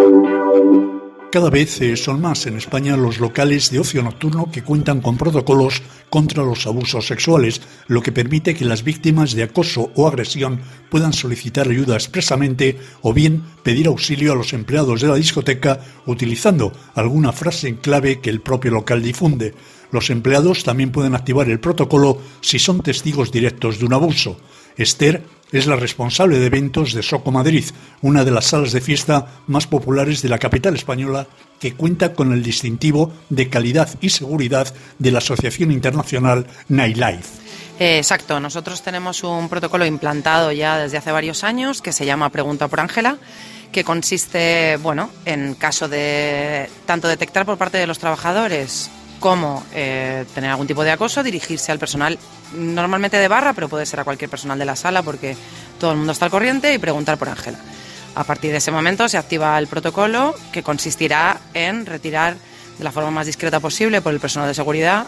Cada vez son más en España los locales de ocio nocturno que cuentan con protocolos contra los abusos sexuales, lo que permite que las víctimas de acoso o agresión puedan solicitar ayuda expresamente o bien pedir auxilio a los empleados de la discoteca utilizando alguna frase en clave que el propio local difunde. Los empleados también pueden activar el protocolo si son testigos directos de un abuso. Esther es la responsable de eventos de Soco Madrid, una de las salas de fiesta más populares de la capital española, que cuenta con el distintivo de calidad y seguridad de la Asociación Internacional Nightlife. Exacto, nosotros tenemos un protocolo implantado ya desde hace varios años que se llama Pregunta por Ángela, que consiste, en caso de tanto detectar por parte de los trabajadores como tener algún tipo de acoso, dirigirse al personal normalmente de barra, pero puede ser a cualquier personal de la sala porque todo el mundo está al corriente, y preguntar por Ángela. A partir de ese momento se activa el protocolo, que consistirá en retirar de la forma más discreta posible por el personal de seguridad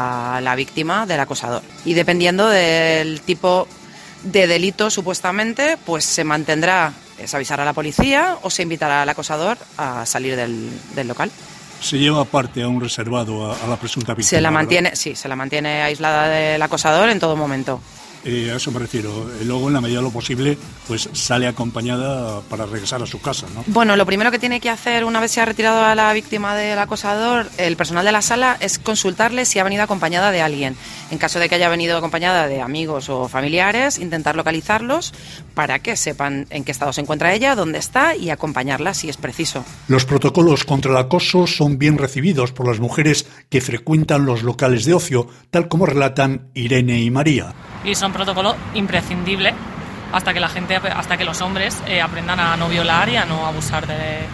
a la víctima del acosador. Y dependiendo del tipo de delito supuestamente, pues se mantendrá, se avisará a la policía o se invitará al acosador a salir del local. Se lleva aparte a un reservado a la presunta víctima. Se la mantiene aislada del acosador en todo momento. A eso me refiero. Luego, en la medida de lo posible, pues sale acompañada para regresar a su casa, ¿no? Bueno, lo primero que tiene que hacer una vez se ha retirado a la víctima del acosador, el personal de la sala, es consultarle si ha venido acompañada de alguien. En caso de que haya venido acompañada de amigos o familiares, intentar localizarlos para que sepan en qué estado se encuentra ella, dónde está, y acompañarla si es preciso. Los protocolos contra el acoso son bien recibidos por las mujeres que frecuentan los locales de ocio, tal como relatan Irene y María. Y son protocolos imprescindibles hasta que los hombres aprendan a no violar y a no abusar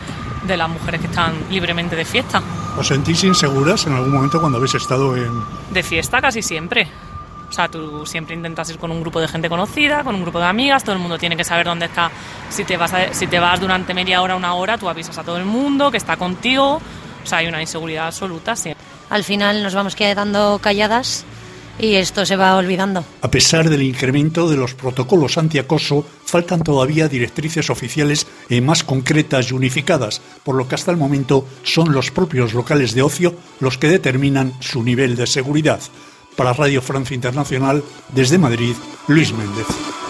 de las mujeres que están libremente de fiesta. ¿Os sentís inseguras en algún momento cuando habéis estado en...? De fiesta casi siempre. O sea, tú siempre intentas ir con un grupo de gente conocida, con un grupo de amigas, todo el mundo tiene que saber dónde está. Si te vas durante media hora, una hora, tú avisas a todo el mundo que está contigo. O sea, hay una inseguridad absoluta, sí. Al final nos vamos quedando calladas y esto se va olvidando. A pesar del incremento de los protocolos antiacoso, faltan todavía directrices oficiales más concretas y unificadas, por lo que hasta el momento son los propios locales de ocio los que determinan su nivel de seguridad. Para Radio Francia Internacional, desde Madrid, Luis Méndez.